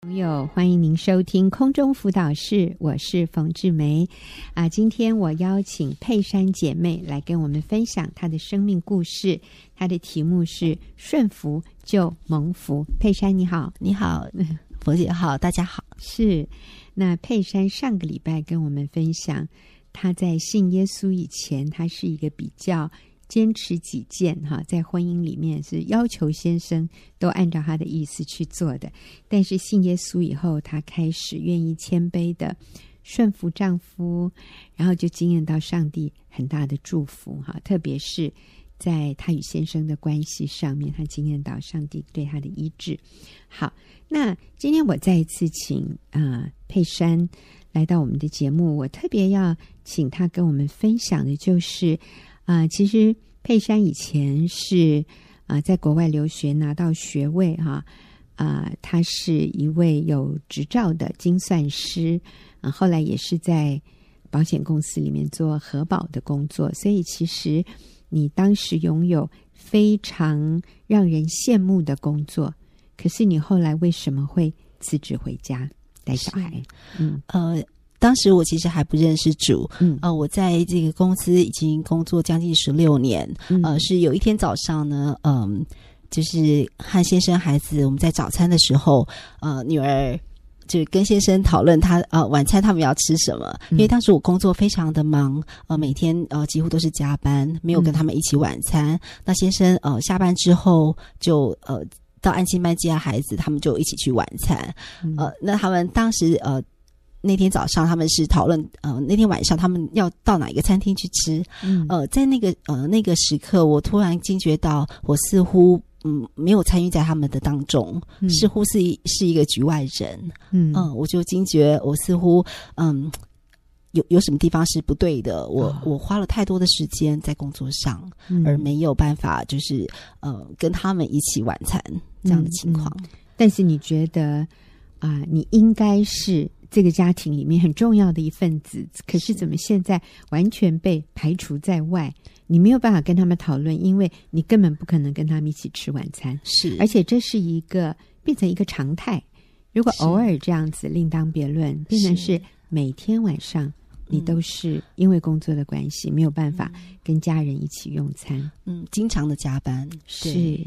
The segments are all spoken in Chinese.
朋友，欢迎您收听空中辅导室，我是冯志梅今天我邀请佩珊姐妹来跟我们分享她的生命故事，她的题目是顺服就蒙福。佩珊你好。 你好，冯姐好，大家好。 是，那佩珊上个礼拜跟我们分享，她在信耶稣以前，她是一个比较坚持己见在婚姻里面是要求先生都按照他的意思去做的，但是信耶稣以后，她开始愿意谦卑的顺服丈夫，然后就经验到上帝很大的祝福特别是在她与先生的关系上面，她经验到上帝对她的医治。好，那今天我再一次请佩珊来到我们的节目，我特别要请她跟我们分享的就是其实佩珊以前是在国外留学拿到学位她是一位有执照的精算师后来也是在保险公司里面做核保的工作，所以其实你当时拥有非常让人羡慕的工作，可是你后来为什么会辞职回家带小孩？ 当时我其实还不认识主，我在这个公司已经工作将近16年，是有一天早上呢，就是和先生孩子我们在早餐的时候，女儿就跟先生讨论晚餐他们要吃什么，因为当时我工作非常的忙，每天几乎都是加班，没有跟他们一起晚餐。那先生下班之后就到安亲班接孩子，他们就一起去晚餐。那他们当时那天早上他们是讨论那天晚上他们要到哪一个餐厅去吃。在那个时刻，我突然惊觉到我似乎没有参与在他们的当中，似乎是一个局外人。我就惊觉我似乎有什么地方是不对的，我花了太多的时间在工作上，而没有办法就是跟他们一起晚餐这样的情况。 但是你觉得你应该是这个家庭里面很重要的一份子，可是怎么现在完全被排除在外？你没有办法跟他们讨论，因为你根本不可能跟他们一起吃晚餐。 是， 而且这是变成一个常态。如果偶尔这样子另当别论，变成是每天晚上你都是因为工作的关系没有办法跟家人一起用餐。 经常的加班。 是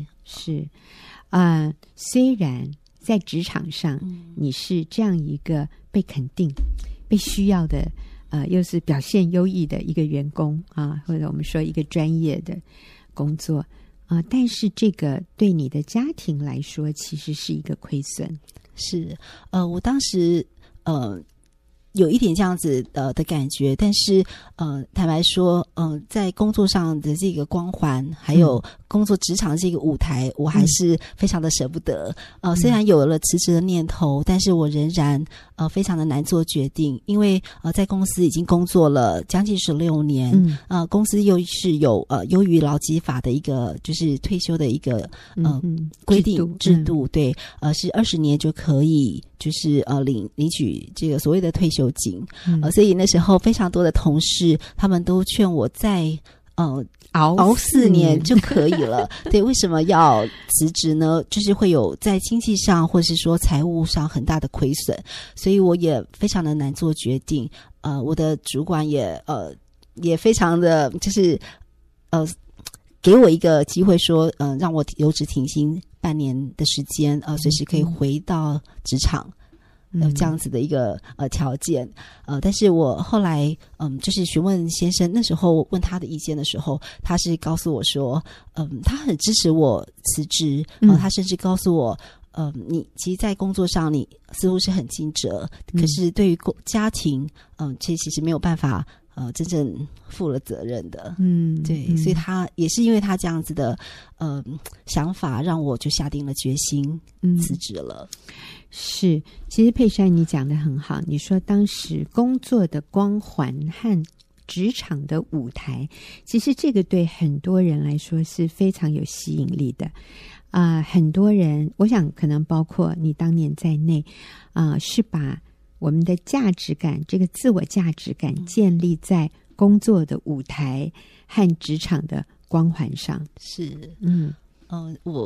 虽然在职场上你是这样一个被肯定被需要的又是表现优异的一个员工或者我们说一个专业的工作但是这个对你的家庭来说其实是一个亏损。 是我当时有一点这样子的感觉，但是坦白说在工作上的这个光环还有工作职场的这个舞台，我还是非常的舍不得。虽然有了辞职的念头，但是我仍然非常的难做决定，因为在公司已经工作了将近16年，公司又是有优于劳基法的一个就是退休的一个规定制度，对，是20年就可以就是领取这个所谓的退休金。所以那时候非常多的同事他们都劝我再熬4年就可以了。对，为什么要辞职呢？就是会有在经济上或是说财务上很大的亏损，所以我也非常的难做决定。我的主管也非常的就是给我一个机会说让我留职停薪半年的时间，随时可以回到职场。这样子的一个条件，但是我后来就是询问先生，那时候问他的意见的时候，他是告诉我说，他很支持我辞职，他甚至告诉我，你其实在工作上你似乎是很尽责，可是对于家庭，其实没有办法真正负了责任的。对，所以他也是因为他这样子的想法，让我就下定了决心辞职了。 是，其实佩珊你讲得很好，你说当时工作的光环和职场的舞台，其实这个对很多人来说是非常有吸引力的。很多人，我想可能包括你当年在内，是把我们的价值感，这个自我价值感建立在工作的舞台和职场的光环上。 是，我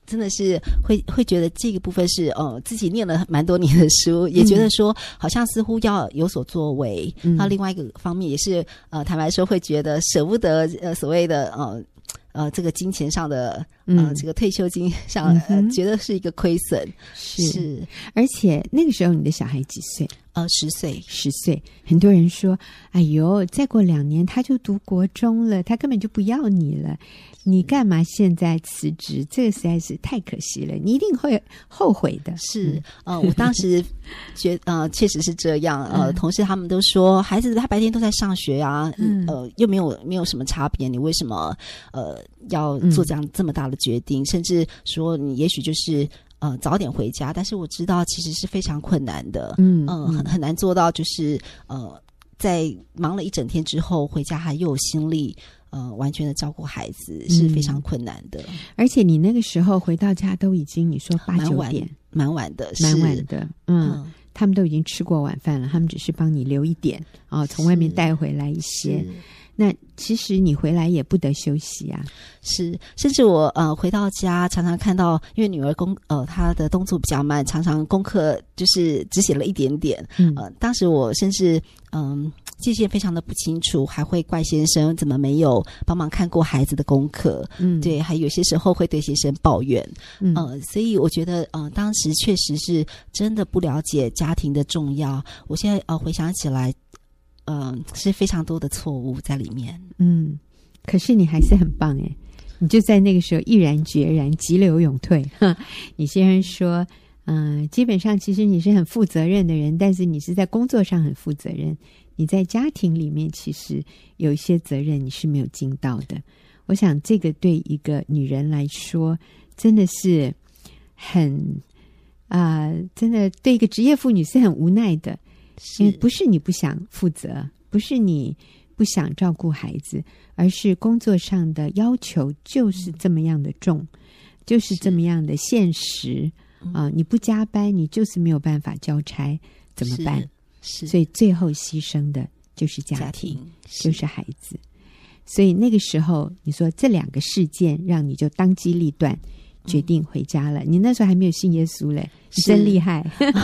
真的是会觉得这个部分是自己念了蛮多年的书，也觉得说好像似乎要有所作为。那另外一个方面也是坦白说会觉得舍不得所谓的这个金钱上的这个退休金上觉得是一个亏损。是， 而且那个时候你的小孩几岁 ？10岁。 很多人说哎呦再过2年他就读国中了，他根本就不要你了，你干嘛现在辞职？这个实在是太可惜了，你一定会后悔的。 是我当时确实是这样。同事他们都说孩子他白天都在上学啊，又没有什么差别，你为什么要做这么大的决定？甚至说你也许就是早点回家，但是我知道其实是非常困难的。很难做到，就是在忙了一整天之后回家还又有心力完全的照顾孩子，是非常困难的。 而且你那个时候回到家都已经你说8、9点， 蛮晚的。 他们都已经吃过晚饭了，他们只是帮你留一点从外面带回来一些。那其实你回来也不得休息啊。 是，甚至我回到家常常看到，因为女儿她的动作比较慢，常常功课就是只写了一点点。当时我甚至界限非常的不清楚，还会怪先生怎么没有帮忙看过孩子的功课。对，还有些时候会对先生抱怨。所以我觉得当时确实是真的不了解家庭的重要。我现在回想起来是非常多的错误在里面。 可是你还是很棒耶，你就在那个时候毅然决然急流勇退。你先生说基本上其实你是很负责任的人，但是你是在工作上很负责任，你在家庭里面其实有一些责任你是没有尽到的。我想这个对一个女人来说真的是很真的对一个职业妇女是很无奈的。因为不是你不想负责，不是你不想照顾孩子，而是工作上的要求就是这么样的重，就是这么样的现实。你不加班你就是没有办法交差，怎么办？所以最后牺牲的就是家庭，就是孩子。所以那个时候你说这2个事件让你就当机立断决定回家了。你那时候还没有信耶稣嘞，你真厉害。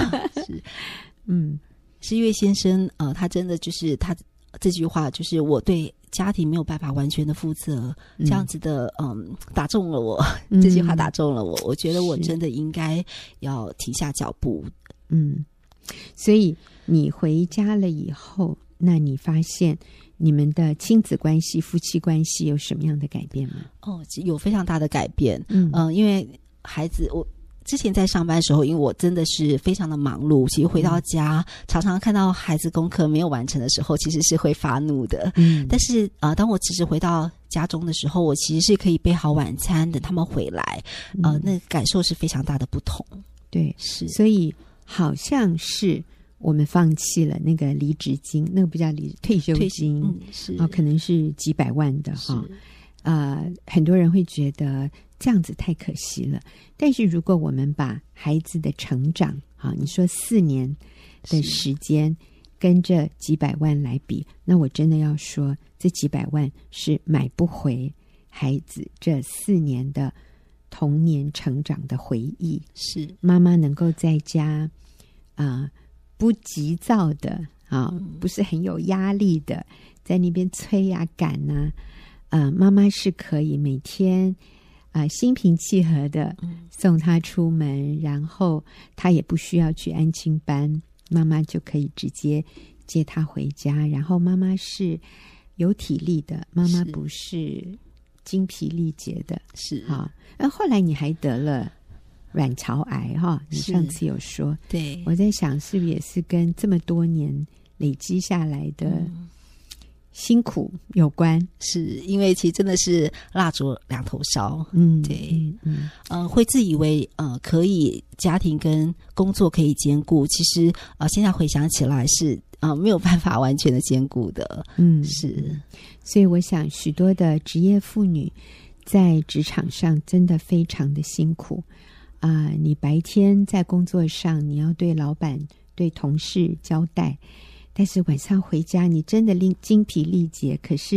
是因为先生他真的就是他这句话就是我对家庭没有办法完全的负责，这样子的打中了我。这句话打中了我，我觉得我真的应该要停下脚步。 所以你回家了以后，那你发现你们的亲子关系夫妻关系有什么样的改变吗？ 有非常大的改变。因为孩子我之前在上班的时候，因为我真的是非常的忙碌，其实回到家常常看到孩子功课没有完成的时候，其实是会发怒的。但是当我其实回到家中的时候，我其实是可以备好晚餐等他们回来。那感受是非常大的不同。 对，是。所以好像是我们放弃了那个离职金，那个不叫退休金，可能是几百万的很多人会觉得这样子太可惜了。但是如果我们把孩子的成长你说4年的时间跟这几百万来比，那我真的要说这几百万是买不回孩子这4年的童年成长的回忆。 是妈妈能够在家不急躁的不是很有压力的在那边催赶妈妈是可以每天心平气和的送他出门，然后他也不需要去安亲班，妈妈就可以直接接他回家。然后妈妈是有体力的，妈妈不是精疲力竭的。后来你还得了卵巢癌你上次有说。 对， 我在想是不是也是跟这么多年累积下来的辛苦有关。 是因为其实真的是蜡烛两头烧。对。会自以为可以家庭跟工作可以兼顾，其实现在回想起来是没有办法完全的兼顾的。是。 所以我想许多的职业妇女在职场上真的非常的辛苦你白天在工作上你要对老板对同事交代，但是晚上回家你真的精疲力竭，可是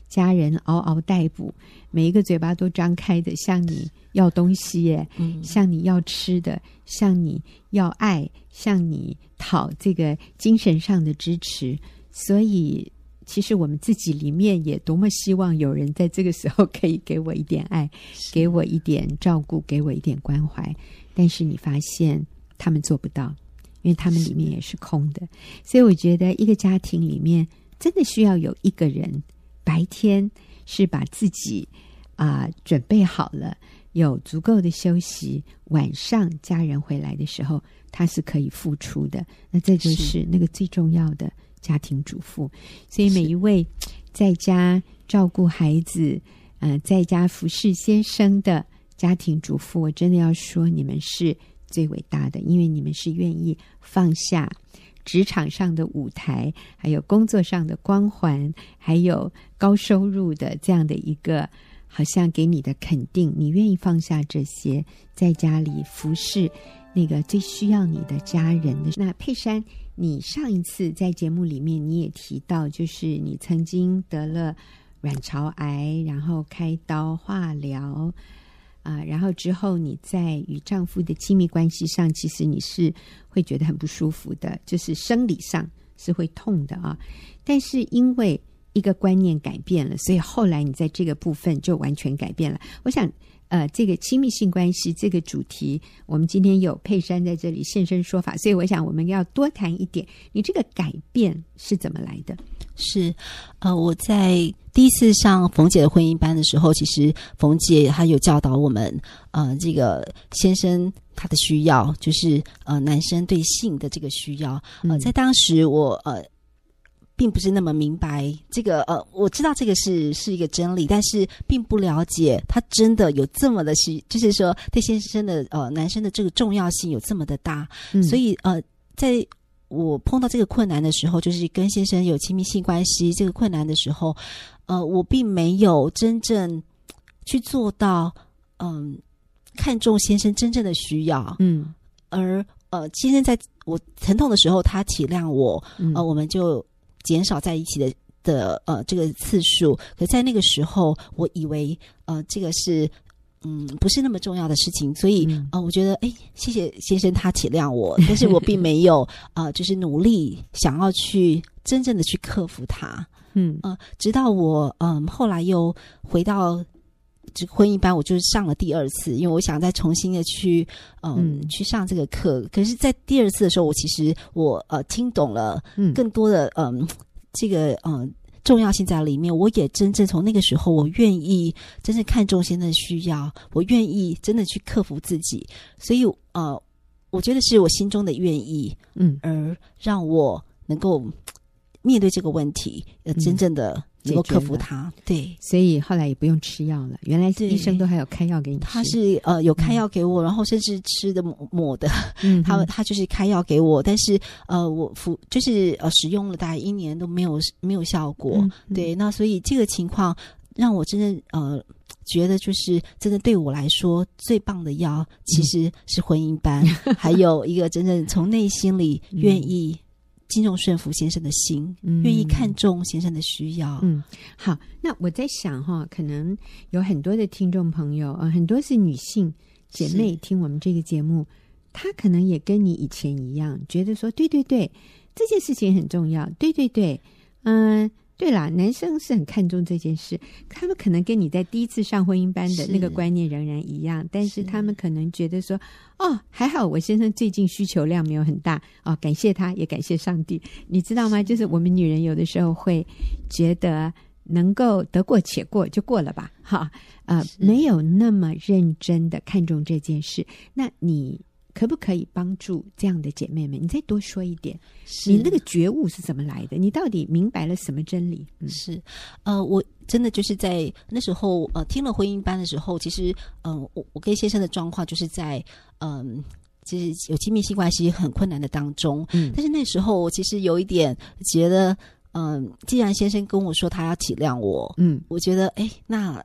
家人嗷嗷待哺，每一个嘴巴都张开的向你要东西耶，向你要吃的，向你要爱，向你讨这个精神上的支持。所以其实我们自己里面也多么希望有人在这个时候可以给我一点爱，给我一点照顾，给我一点关怀。但是你发现他们做不到，因为他们里面也是空的。所以我觉得一个家庭里面真的需要有一个人白天是把自己准备好了，有足够的休息，晚上家人回来的时候他是可以付出的。那这就是那个最重要的家庭主妇。所以每一位在家照顾孩子在家服侍先生的家庭主妇，我真的要说你们是最伟大的，因为你们是愿意放下职场上的舞台，还有工作上的光环，还有高收入的这样的一个好像给你的肯定，你愿意放下这些，在家里服侍那个最需要你的家人的。那佩珊，你上一次在节目里面你也提到，就是你曾经得了卵巢癌，然后开刀化疗然后之后你在与丈夫的亲密关系上，其实你是会觉得很不舒服的，就是生理上是会痛的但是因为一个观念改变了，所以后来你在这个部分就完全改变了。我想这个亲密性关系这个主题，我们今天有佩珊在这里现身说法，所以我想我们要多谈一点，你这个改变是怎么来的？ 是我在第一次上冯姐的婚姻班的时候，其实冯姐她有教导我们这个先生他的需要，就是男生对性的这个需要在当时我并不是那么明白这个我知道这个是一个真理，但是并不了解他真的有这么的就是说对先生的男生的这个重要性有这么的大所以在我碰到这个困难的时候，就是跟先生有亲密性关系这个困难的时候我并没有真正去做到看重先生真正的需要而先生在我疼痛的时候他体谅我我们就减少在一起的这个次数。可在那个时候我以为这个是不是那么重要的事情，所以我觉得谢谢先生他体谅我，但是我并没有就是努力想要去真正的去克服它直到我后来又回到这个婚姻班，我就上了第二次，因为我想再重新的去去上这个课。可是在第二次的时候，我其实我听懂了更多的这个重要性在里面。我也真正从那个时候我愿意真正看重先生的需要，我愿意真的去克服自己。所以我觉得是我心中的愿意而让我能够面对这个问题真正的能够克服它。对， 所以后来也不用吃药了，原来医生都还有开药给你吃。 他是有开药给我然后甚至吃的抹的他就是开药给我，但是我就是使用了大概1年都没有效果对，那所以这个情况让我真正觉得就是真的对我来说最棒的药其实是婚姻班还有一个真正从内心里愿意敬重顺服先生的心愿意看重先生的需要好，那我在想可能有很多的听众朋友很多是女性姐妹听我们这个节目，她可能也跟你以前一样觉得说对对对这件事情很重要，对对对对啦，男生是很看重这件事，他们可能跟你在第一次上婚姻班的那个观念仍然一样，但是他们可能觉得说还好我先生最近需求量没有很大感谢他也感谢上帝，你知道吗？就是我们女人有的时候会觉得能够得过且过就过了吧没有那么认真的看重这件事。那你可不可以帮助这样的姐妹们？你再多说一点，你那个觉悟是怎么来的？你到底明白了什么真理？ 是，我真的就是在那时候听了婚姻班的时候，其实我跟先生的状况就是在就是有亲密性关系很困难的当中，但是那时候我其实有一点觉得，既然先生跟我说他要体谅我，我觉得那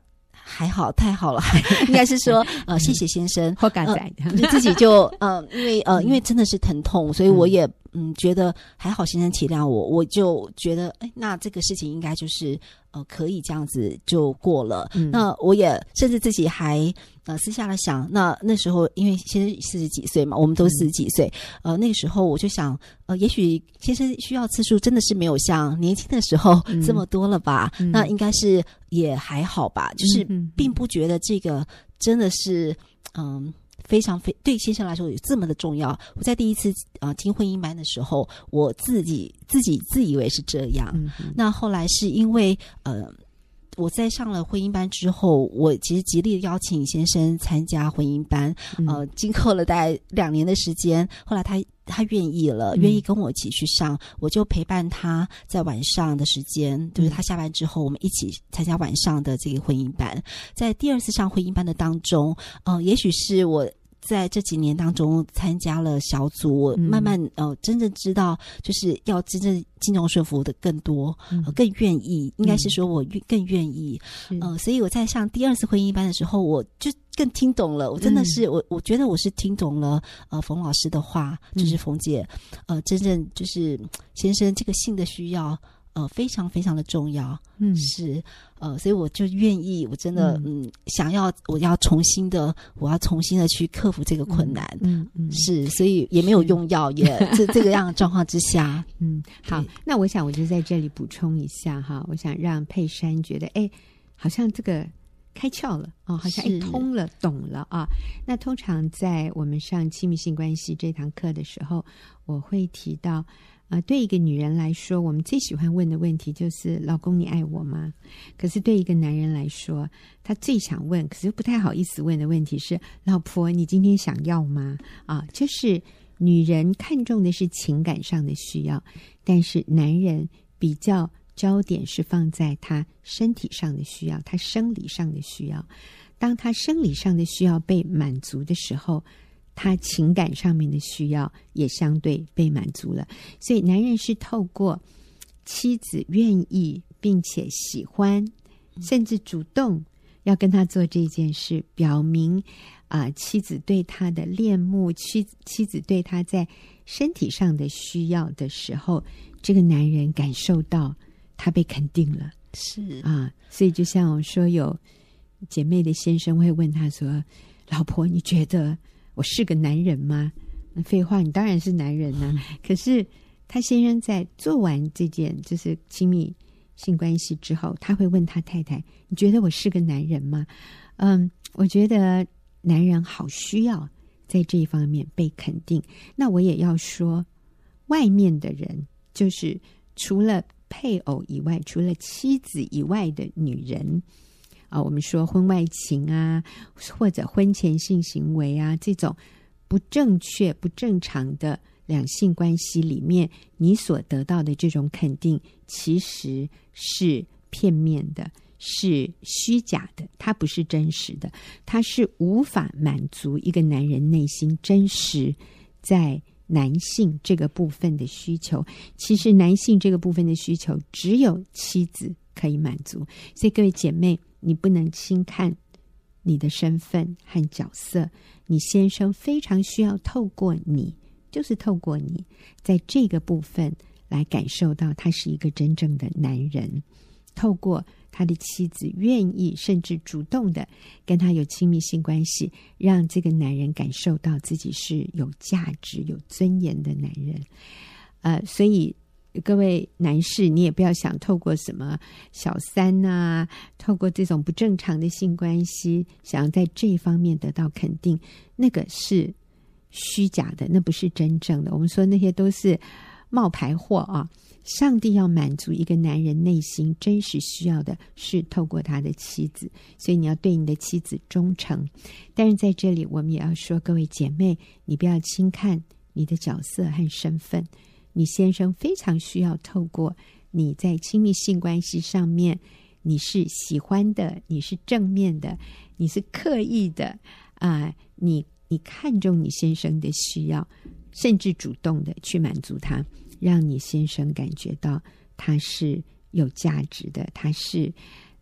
还好，太好了，应该是说谢谢先生， 好感仔自己就因为真的是疼痛，所以我也觉得还好，先生体谅我，我就觉得那这个事情应该就是可以这样子就过了。那我也甚至自己还私下的想，那时候因为先生40几岁嘛，我们都40几岁，那个时候我就想也许先生需要次数真的是没有像年轻的时候这么多了吧，那应该是也还好吧，就是并不觉得这个真的是非常对先生来说有这么的重要。我在第一次听婚姻班的时候，我自己自以为是这样，那后来是因为我在上了婚姻班之后，我其实极力邀请先生参加婚姻班，经过了大概2年的时间，后来他愿意了，愿意跟我一起去上，我就陪伴他在晚上的时间，就是他下班之后，我们一起参加晚上的这个婚姻班。在第2次上婚姻班的当中，也许是我在这几年当中参加了小组，我慢慢真正知道，就是要真正敬重顺服的更多，更愿意，应该是说我更愿意，所以我在上第2次婚姻班的时候，我就更听懂了。我真的是我觉得我是听懂了冯老师的话，就是冯姐真正就是先生这个性的需要非常非常的重要，是所以我就愿意，我真的我要重新的去克服这个困难，是，所以也没有用药，也这个样的状况之下， 好，那我想我就在这里补充一下哈，我想让佩珊觉得好像这个开窍了好像通了懂了啊。那通常在我们上亲密性关系这堂课的时候，我会提到对一个女人来说，我们最喜欢问的问题就是老公你爱我吗？可是对一个男人来说，他最想问可是又不太好意思问的问题是，老婆你今天想要吗？就是女人看重的是情感上的需要，但是男人比较焦点是放在他身体上的需要，他生理上的需要。当他生理上的需要被满足的时候，他情感上面的需要也相对被满足了。所以男人是透过妻子愿意并且喜欢甚至主动要跟他做这件事，表明妻子对他的恋慕，妻子对他在身体上的需要的时候，这个男人感受到他被肯定了， 是所以就像我说，有姐妹的先生会问他说，老婆你觉得我是个男人吗？那废话，你当然是男人啊。可是他先生在做完这件就是亲密性关系之后，他会问他太太，你觉得我是个男人吗？我觉得男人好需要在这一方面被肯定。那我也要说，外面的人，就是除了配偶以外，除了妻子以外的女人我们说婚外情或者婚前性行为这种不正确不正常的两性关系里面，你所得到的这种肯定其实是片面的，是虚假的，它不是真实的，它是无法满足一个男人内心真实在男性这个部分的需求。其实男性这个部分的需求只有妻子可以满足。所以各位姐妹，你不能轻看你的身份和角色，你先生非常需要透过你，就是透过你在这个部分来感受到他是一个真正的男人，透过他的妻子愿意甚至主动的跟他有亲密性关系，让这个男人感受到自己是有价值有尊严的男人。所以各位男士，你也不要想透过什么小三透过这种不正常的性关系想要在这一方面得到肯定，那个是虚假的，那不是真正的。我们说那些都是冒牌货上帝要满足一个男人内心真实需要的是透过他的妻子，所以你要对你的妻子忠诚。但是在这里我们也要说，各位姐妹，你不要轻看你的角色和身份，你先生非常需要透过你在亲密性关系上面，你是喜欢的，你是正面的，你是刻意的你看重你先生的需要，甚至主动的去满足他，让你先生感觉到他是有价值的，他是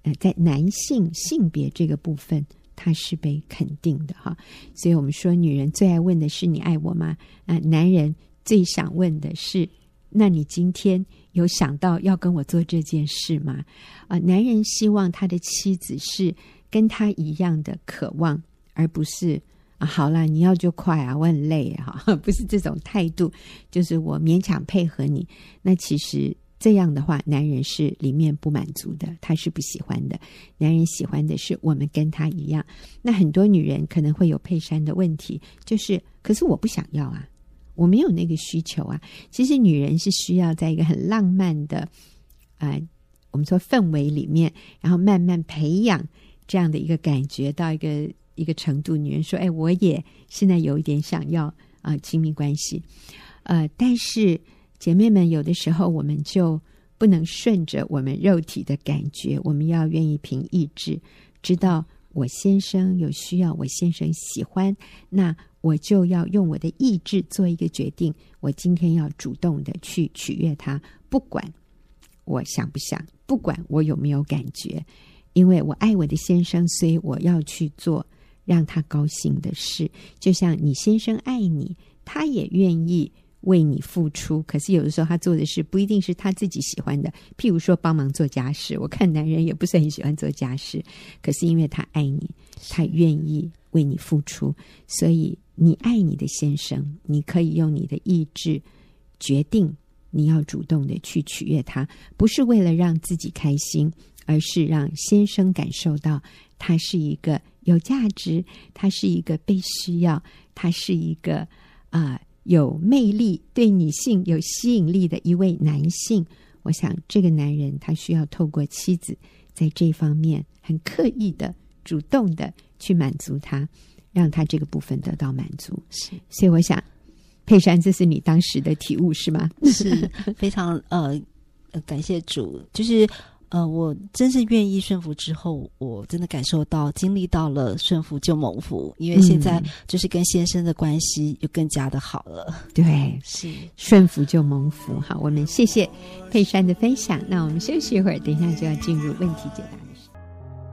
在男性性别这个部分它是被肯定的哈。所以我们说女人最爱问的是你爱我吗？男人最想问的是那你今天有想到要跟我做这件事吗？男人希望他的妻子是跟他一样的渴望，而不是好了你要就快啊，我很累啊，不是这种态度，就是我勉强配合你。那其实这样的话男人是里面不满足的，他是不喜欢的。男人喜欢的是我们跟他一样。那很多女人可能会有佩珊的问题，就是可是我不想要啊，我没有那个需求啊。其实女人是需要在一个很浪漫的我们说氛围里面，然后慢慢培养这样的一个感觉到一个程度。女人说我也现在有一点想要亲密关系。但是姐妹们，有的时候我们就不能顺着我们肉体的感觉，我们要愿意凭意志，知道我先生有需要，我先生喜欢，那我就要用我的意志做一个决定，我今天要主动的去取悦他，不管我想不想，不管我有没有感觉，因为我爱我的先生，所以我要去做让他高兴的事。就像你先生爱你，他也愿意为你付出，可是有的时候他做的事不一定是他自己喜欢的，譬如说帮忙做家事，我看男人也不是很喜欢做家事，可是因为他爱你，他愿意为你付出。所以你爱你的先生，你可以用你的意志决定你要主动的去取悦他，不是为了让自己开心，而是让先生感受到他是一个有价值，他是一个被需要，他是一个有魅力，对女性有吸引力的一位男性。我想这个男人他需要透过妻子在这方面很刻意的主动的去满足他，让他这个部分得到满足。是，所以我想佩珊，这是你当时的体悟是吗？ 是，非常感谢主。就是我真正愿意顺服之后，我真的感受到经历到了顺服就蒙福，因为现在就是跟先生的关系又更加的好了。 对，是顺服就蒙福。好，我们谢谢佩珊的分享。那我们休息一会儿，等一下就要进入问题解答的时间。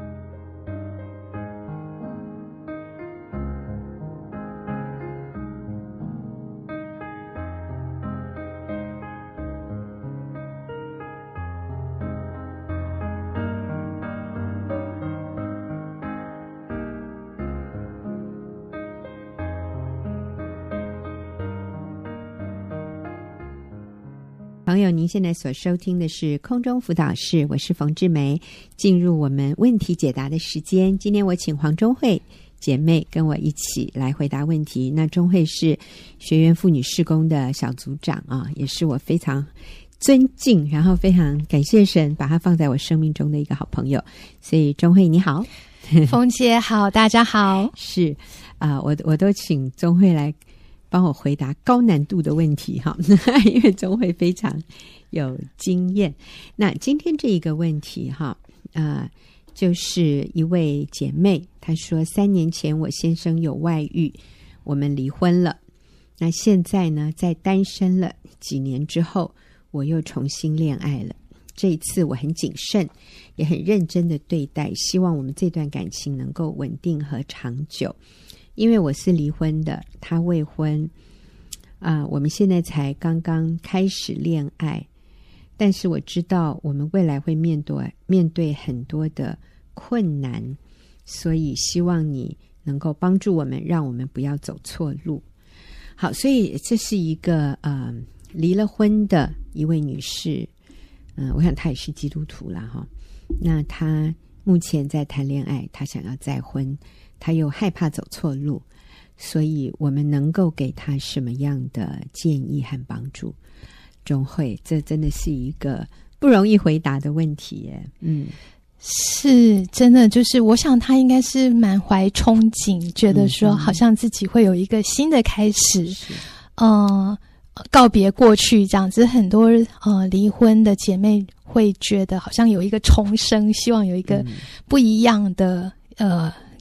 朋友，您现在所收听的是空中辅导室，我是冯志梅。进入我们问题解答的时间，今天我请黄中慧姐妹跟我一起来回答问题。那中慧是学员妇女事工的小组长也是我非常尊敬，然后非常感谢神把她放在我生命中的一个好朋友。所以中慧你好。 冯姐好，大家好。 是我都请中慧来帮我回答高难度的问题哈，因为中慧非常有经验。那今天这一个问题哈，就是一位姐妹她说，3年前我先生有外遇，我们离婚了。那现在呢，在单身了几年之后，我又重新恋爱了。这一次我很谨慎，也很认真的对待，希望我们这段感情能够稳定和长久。因为我是离婚的，他未婚，我们现在才刚刚开始恋爱，但是我知道我们未来会面对很多的困难，所以希望你能够帮助我们，让我们不要走错路。好，所以这是一个离了婚的一位女士，我想她也是基督徒啦哈。那她目前在谈恋爱，她想要再婚。他又害怕走错路，所以我们能够给他什么样的建议和帮助？中慧，这真的是一个不容易回答的问题耶。 是真的，就是我想他应该是满怀憧憬，觉得说好像自己会有一个新的开始，告别过去这样子。很多离婚的姐妹会觉得好像有一个重生，希望有一个不一样的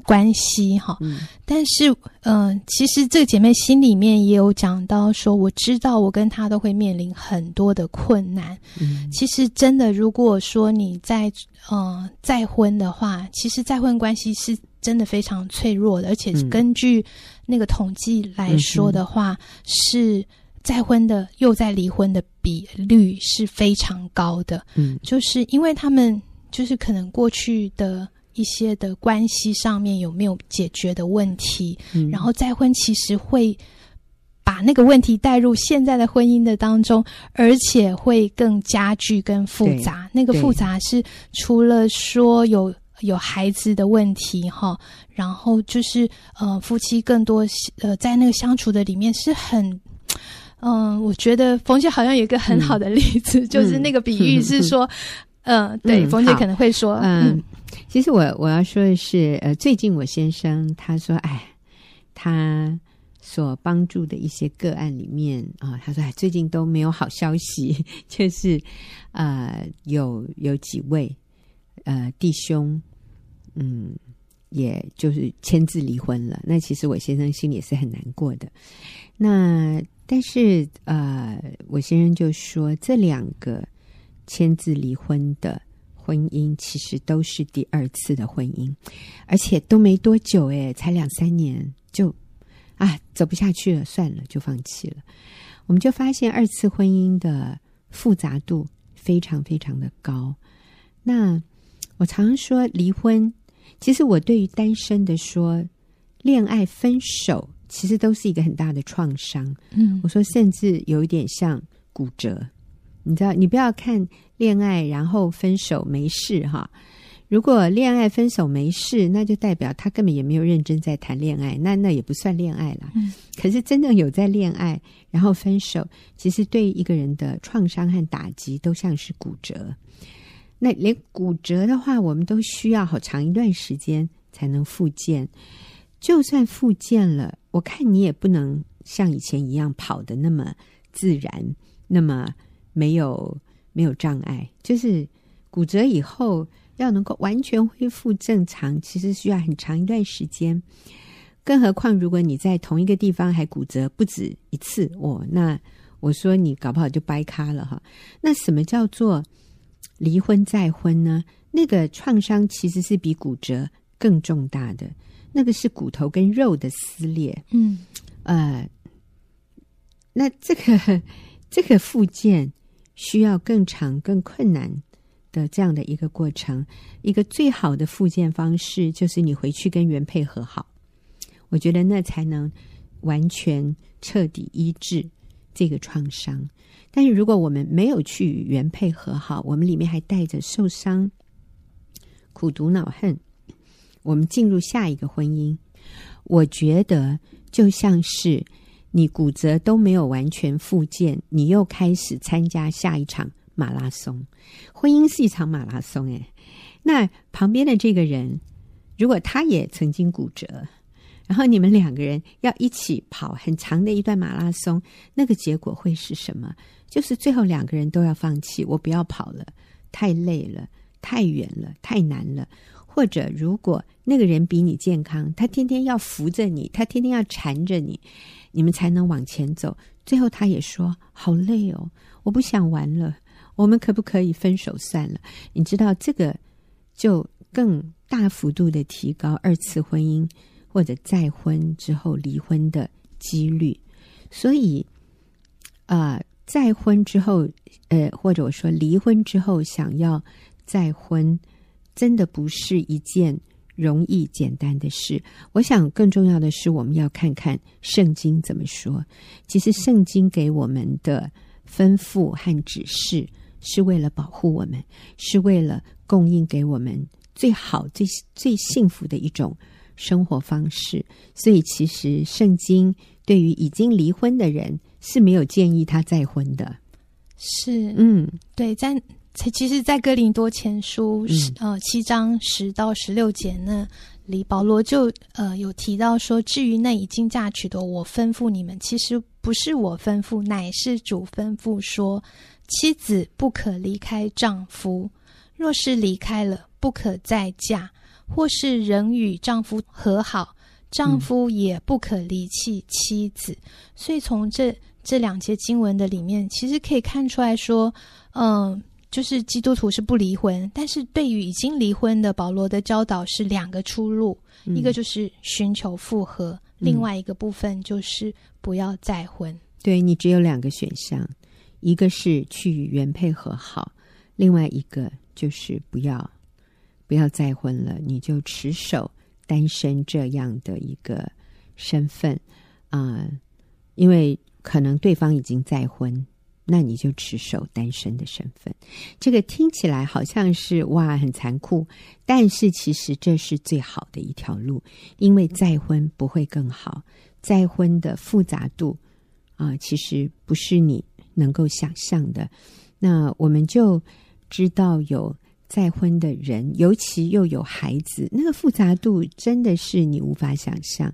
关系哈。但是其实这个姐妹心里面也有讲到说，我知道我跟他都会面临很多的困难。其实真的，如果说你再婚的话，其实再婚关系是真的非常脆弱的，而且根据那个统计来说的话，是再婚的又再离婚的比率是非常高的。就是因为他们就是可能过去的一些的关系上面有没有解决的问题，然后再婚其实会把那个问题带入现在的婚姻的当中，而且会更加剧跟复杂。那个复杂是除了说有孩子的问题哈，然后就是夫妻更多在那个相处的里面是很我觉得冯姐好像有一个很好的例子，就是那个比喻是说对，冯姐可能会说其实我要说的是最近我先生他说他所帮助的一些个案里面他说最近都没有好消息，就是有几位弟兄也就是签字离婚了。那其实我先生心里也是很难过的。那但是我先生就说这2个签字离婚的婚姻其实都是第2次的婚姻，而且都没多久才2-3年就走不下去了，算了就放弃了。我们就发现2次婚姻的复杂度非常非常的高。那我常说离婚，其实我对于单身的说恋爱分手其实都是一个很大的创伤。我说甚至有一点像骨折。你知道，你不要看恋爱然后分手没事哈。如果恋爱分手没事，那就代表他根本也没有认真在谈恋爱，那也不算恋爱啦。可是真正有在恋爱然后分手，其实对一个人的创伤和打击都像是骨折。那连骨折的话，我们都需要好长一段时间才能复健。就算复健了，我看你也不能像以前一样跑得那么自然，那么没有障碍。就是骨折以后要能够完全恢复正常，其实需要很长一段时间。更何况如果你在同一个地方还骨折不止一次那我说你搞不好就掰咖了哈。那什么叫做离婚再婚呢？那个创伤其实是比骨折更重大的，那个是骨头跟肉的撕裂。那这个复健需要更长更困难的这样的一个过程。一个最好的复健方式就是你回去跟原配和好，我觉得那才能完全彻底医治这个创伤。但是如果我们没有去与原配和好，我们里面还带着受伤、苦毒、恼恨，我们进入下一个婚姻，我觉得就像是你骨折都没有完全复健，你又开始参加下一场马拉松。婚姻是一场马拉松那旁边的这个人如果他也曾经骨折，然后你们2个人要一起跑很长的一段马拉松，那个结果会是什么？就是最后2个人都要放弃，我不要跑了，太累了，太远了，太难了。或者如果那个人比你健康，他天天要扶着你，他天天要缠着你，你们才能往前走。最后他也说好累我不想玩了，我们可不可以分手算了？你知道这个就更大幅度的提高2次婚姻或者再婚之后离婚的几率。所以再婚之后或者我说离婚之后想要再婚，真的不是一件容易简单的事。我想更重要的是我们要看看圣经怎么说。其实圣经给我们的吩咐和指示是为了保护我们，是为了供应给我们最好最幸福的一种生活方式。所以其实圣经对于已经离婚的人是没有建议他再婚的。 是对，其实在哥林多前书7章10到16节呢里，保罗就有提到说，至于那已经嫁娶的，我吩咐你们，其实不是我吩咐，乃是主吩咐说，妻子不可离开丈夫，若是离开了，不可再嫁， 或是人与丈夫和好，丈夫也不可离弃妻子。所以从这两节经文的里面，其实可以看出来说，就是基督徒是不离婚，但是对于已经离婚的，保罗的教导是两个出路，一个就是寻求复合，另外一个部分就是不要再婚。 对，你只有两个选项，一个是去与原配和好，另外一个就是不要再婚了，你就持守单身这样的一个身份因为可能对方已经再婚，那你就持守单身的身份。这个听起来好像是哇很残酷，但是其实这是最好的一条路，因为再婚不会更好，再婚的复杂度其实不是你能够想象的。那我们就知道有再婚的人，尤其又有孩子，那个复杂度真的是你无法想象。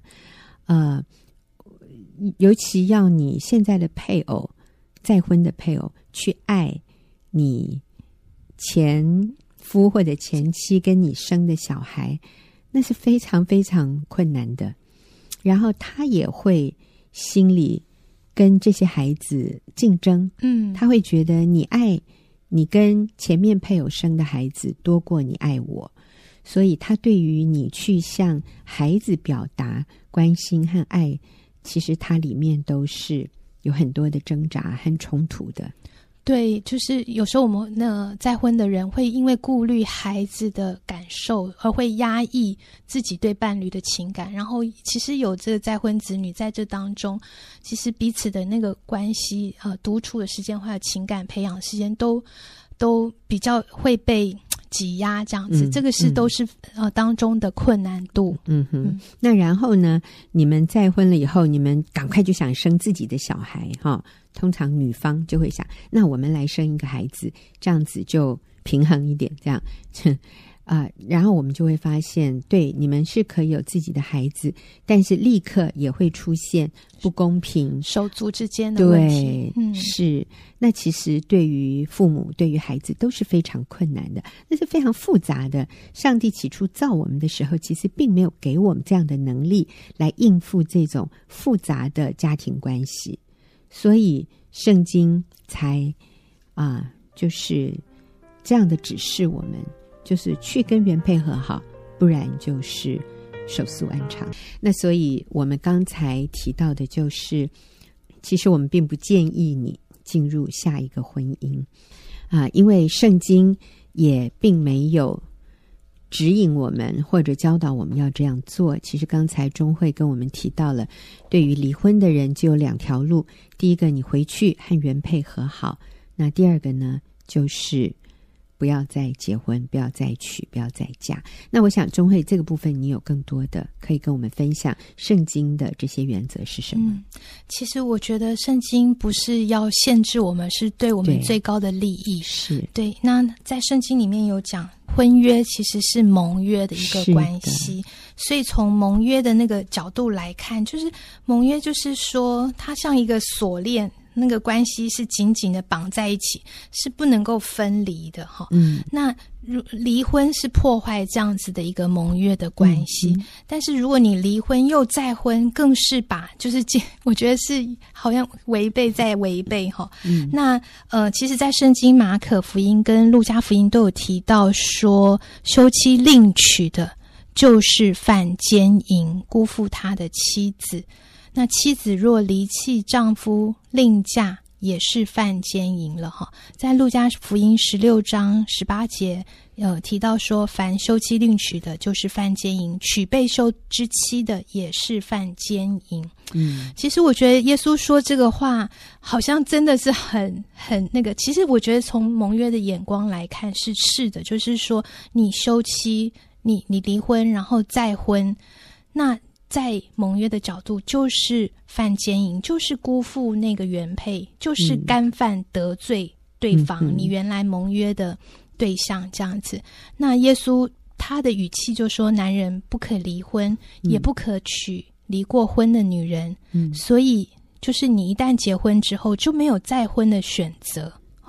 尤其要你现在的配偶，再婚的配偶去爱你前夫或者前妻跟你生的小孩，那是非常非常困难的。然后他也会心里跟这些孩子竞争，他会觉得你爱你跟前面配偶生的孩子多过你爱我，所以他对于你去向孩子表达关心和爱，其实它里面都是有很多的挣扎和冲突的。 对，就是有时候我们再婚的人会因为顾虑孩子的感受而会压抑自己对伴侣的情感，然后其实有这个再婚子女在这当中，其实彼此的那个关系独处的时间或者情感培养的时间都比较会被挤压这样子，这个都是当中的困难度。 那然后呢，你们再婚了以后，你们赶快就想生自己的小孩通常女方就会想，那我们来生一个孩子，这样子就平衡一点，这样然后我们就会发现，对，你们是可以有自己的孩子，但是立刻也会出现不公平， 手足之间的问题。 对，是。那其实对于父母，对于孩子都是非常困难的，那是非常复杂的。上帝起初造我们的时候，其实并没有给我们这样的能力来应付这种复杂的家庭关系，所以圣经才就是这样的指示我们，就是去跟原配和好，不然就是手速安长。那所以我们刚才提到的就是，其实我们并不建议你进入下一个婚姻因为圣经也并没有指引我们或者教导我们要这样做。其实刚才钟慧跟我们提到了，对于离婚的人就有两条路，第一个你回去和原配和好，那第二个呢就是不要再结婚，不要再娶，不要再嫁。那我想钟慧这个部分你有更多的可以跟我们分享，圣经的这些原则是什么？ 其实我觉得圣经不是要限制我们，是对我们最高的利益。 是对。那在圣经里面有讲，婚约其实是盟约的一个关系，所以从盟约的那个角度来看，就是盟约就是说它像一个锁链，那个关系是紧紧的绑在一起，是不能够分离的那离婚是破坏这样子的一个盟约的关系，但是如果你离婚又再婚，更是我觉得是好像违背再违背那其实在圣经马可福音跟路加福音都有提到说，休妻另娶的就是犯奸淫，辜负他的妻子。那妻子若离弃丈夫另嫁，也是犯奸淫了在路加福音16章18节提到说，凡休妻另娶的就是犯奸淫，娶被休之妻的也是犯奸淫。其实我觉得耶稣说这个话好像真的是很那个，其实我觉得从盟约的眼光来看是的，就是说你休妻，你离婚然后再婚，那在盟约的角度就是犯奸淫，就是辜负那个原配，就是干犯得罪对方你原来盟约的对象这样子。那耶稣他的语气就说，男人不可离婚，也不可娶离过婚的女人，所以就是你一旦结婚之后就没有再婚的选择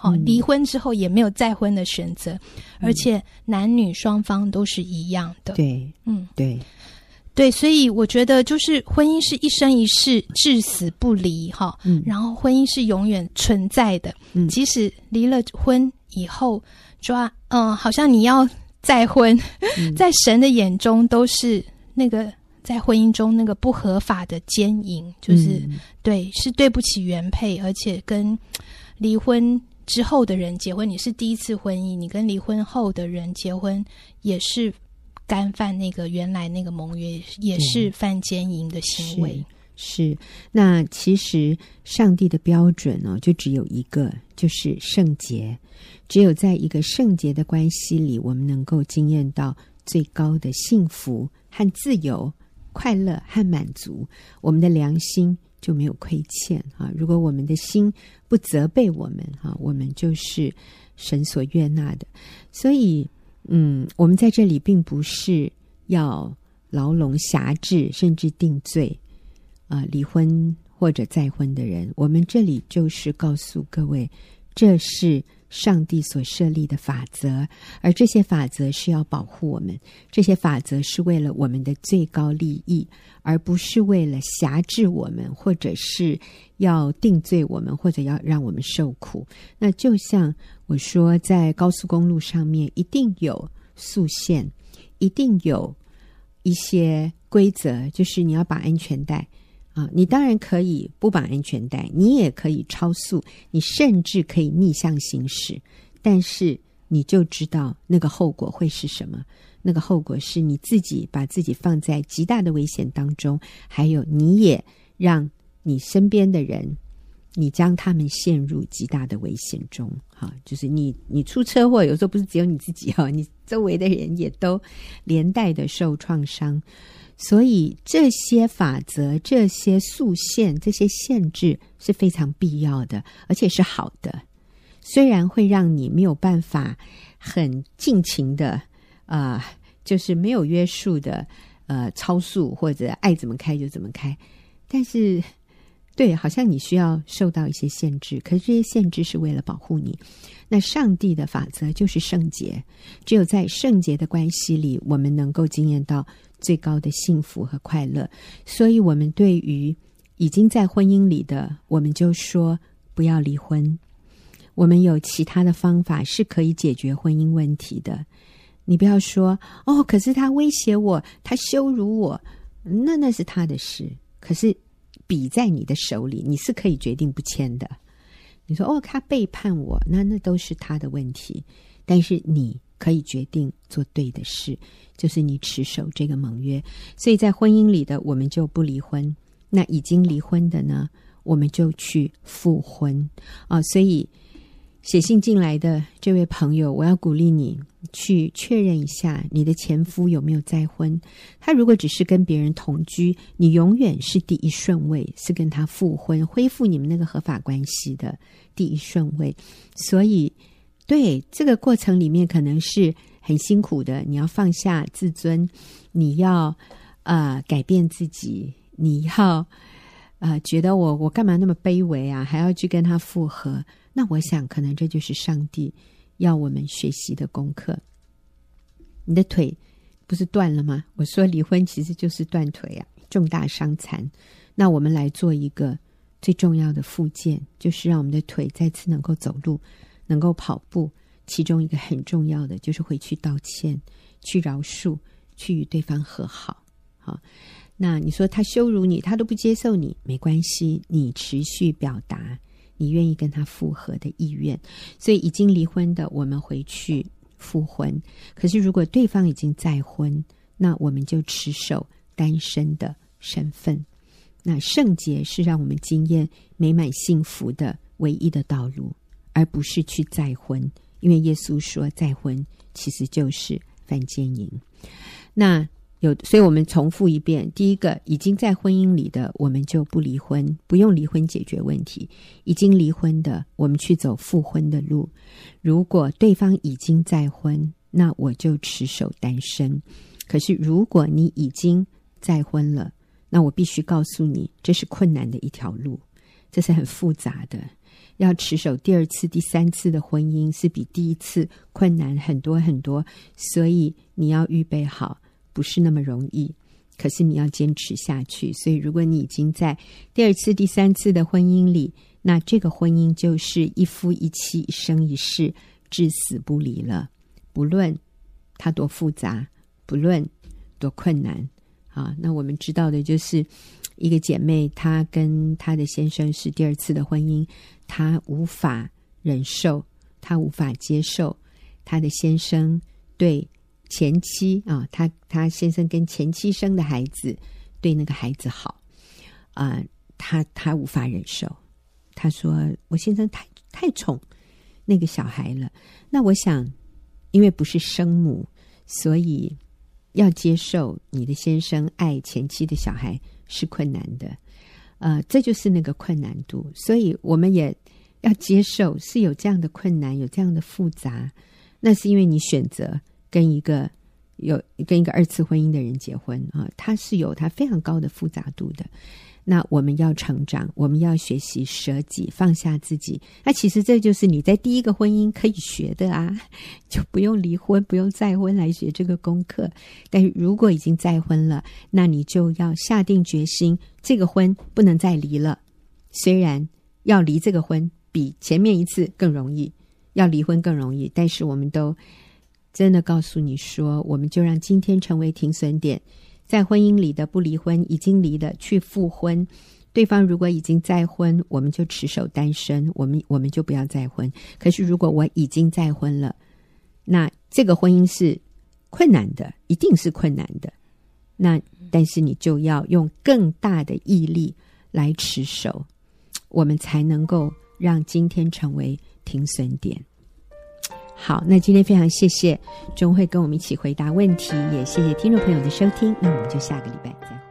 离婚之后也没有再婚的选择，而且男女双方都是一样的。 对，对， 所以我觉得就是婚姻是一生一世，至死不离哈。然后婚姻是永远存在的，即使离了婚以后，好像你要再婚，在神的眼中都是那个在婚姻中那个不合法的奸淫，就是对，是对不起原配，而且跟离婚之后的人结婚，你是第一次婚姻，你跟离婚后的人结婚也是干犯那个原来那个盟约，也是犯奸淫的行为。 是，那其实上帝的标准呢，就只有一个，就是圣洁。只有在一个圣洁的关系里，我们能够经验到最高的幸福和自由、快乐和满足，我们的良心就没有亏欠啊。如果我们的心不责备我们啊，我们就是神所悦纳的。所以我们在这里并不是要牢笼辖制甚至定罪离婚或者再婚的人，我们这里就是告诉各位，这是上帝所设立的法则，而这些法则是要保护我们，这些法则是为了我们的最高利益，而不是为了辖制我们，或者是要定罪我们，或者要让我们受苦。那就像我说，在高速公路上面一定有速限，一定有一些规则，就是你要绑安全带你当然可以不绑安全带，你也可以超速，你甚至可以逆向行驶，但是你就知道那个后果会是什么。那个后果是你自己把自己放在极大的危险当中，还有你也让你身边的人，你将他们陷入极大的危险中就是你出车祸，有时候不是只有你自己你周围的人也都连带的受创伤。所以这些法则、这些速限、这些限制是非常必要的，而且是好的。虽然会让你没有办法很尽情的就是没有约束的超速，或者爱怎么开就怎么开，但是对，好像你需要受到一些限制，可是这些限制是为了保护你。那上帝的法则就是圣洁，只有在圣洁的关系里，我们能够经验到最高的幸福和快乐。所以我们对于已经在婚姻里的，我们就说不要离婚。我们有其他的方法是可以解决婚姻问题的。你不要说可是他威胁我，他羞辱我，那是他的事，可是笔在你的手里，你是可以决定不签的。你说他背叛我，那都是他的问题，但是你可以决定做对的事，就是你持守这个盟约。所以在婚姻里的我们就不离婚，那已经离婚的呢，我们就去复婚所以写信进来的这位朋友，我要鼓励你去确认一下你的前夫有没有再婚。他如果只是跟别人同居，你永远是第一顺位，是跟他复婚，恢复你们那个合法关系的第一顺位。所以对这个过程里面可能是很辛苦的，你要放下自尊，你要改变自己，你要觉得我干嘛那么卑微还要去跟他复合。那我想可能这就是上帝要我们学习的功课。你的腿不是断了吗？我说离婚其实就是断腿重大伤残。那我们来做一个最重要的复健，就是让我们的腿再次能够走路，能够跑步。其中一个很重要的就是回去道歉，去饶恕，去与对方和好。那你说他羞辱你，他都不接受你，没关系，你持续表达你愿意跟他复合的意愿。所以已经离婚的，我们回去复婚。可是如果对方已经再婚，那我们就持守单身的身份。那圣洁是让我们经验美满幸福的唯一的道路，而不是去再婚。因为耶稣说再婚其实就是犯奸淫。所以我们重复一遍，第一个，已经在婚姻里的我们就不离婚，不用离婚解决问题。已经离婚的，我们去走复婚的路。如果对方已经再婚，那我就持守单身。可是如果你已经再婚了，那我必须告诉你，这是困难的一条路，这是很复杂的。 要持守第二次第三次的婚姻是比第一次困难很多很多，所以你要预备好，不是那么容易，可是你要坚持下去。所以如果你已经在第二次第三次的婚姻里，那这个婚姻就是一夫一妻一生一世至死不离了，不论它多复杂，不论多困难啊。那我们知道的就是一个姐妹，她跟她的先生是第二次的婚姻，她无法忍受，她无法接受她的先生对前妻啊，她先生跟前妻生的孩子对那个孩子好啊，她无法忍受。她说我先生太宠那个小孩了。那我想因为不是生母，所以要接受你的先生爱前妻的小孩是困难的，这就是那个困难度。所以我们也要接受是有这样的困难，有这样的复杂，那是因为你选择跟一个二次婚姻的人结婚啊，他是有他非常高的复杂度的。那我们要成长，我们要学习舍己，放下自己。那其实这就是你在第一个婚姻可以学的啊，就不用离婚，不用再婚来学这个功课。但是如果已经再婚了，那你就要下定决心，这个婚不能再离了。虽然要离这个婚比前面一次更容易，要离婚更容易，但是我们都真的告诉你说，我们就让今天成为停损点。在婚姻里的不离婚，已经离的去复婚，对方如果已经再婚，我们就持守单身，我们就不要再婚。可是如果我已经再婚了，那这个婚姻是困难的，一定是困难的。那但是你就要用更大的毅力来持守，我们才能够让今天成为停损点。好，那今天非常谢谢钟慧跟我们一起回答问题，也谢谢听众朋友的收听，那我们就下个礼拜再会。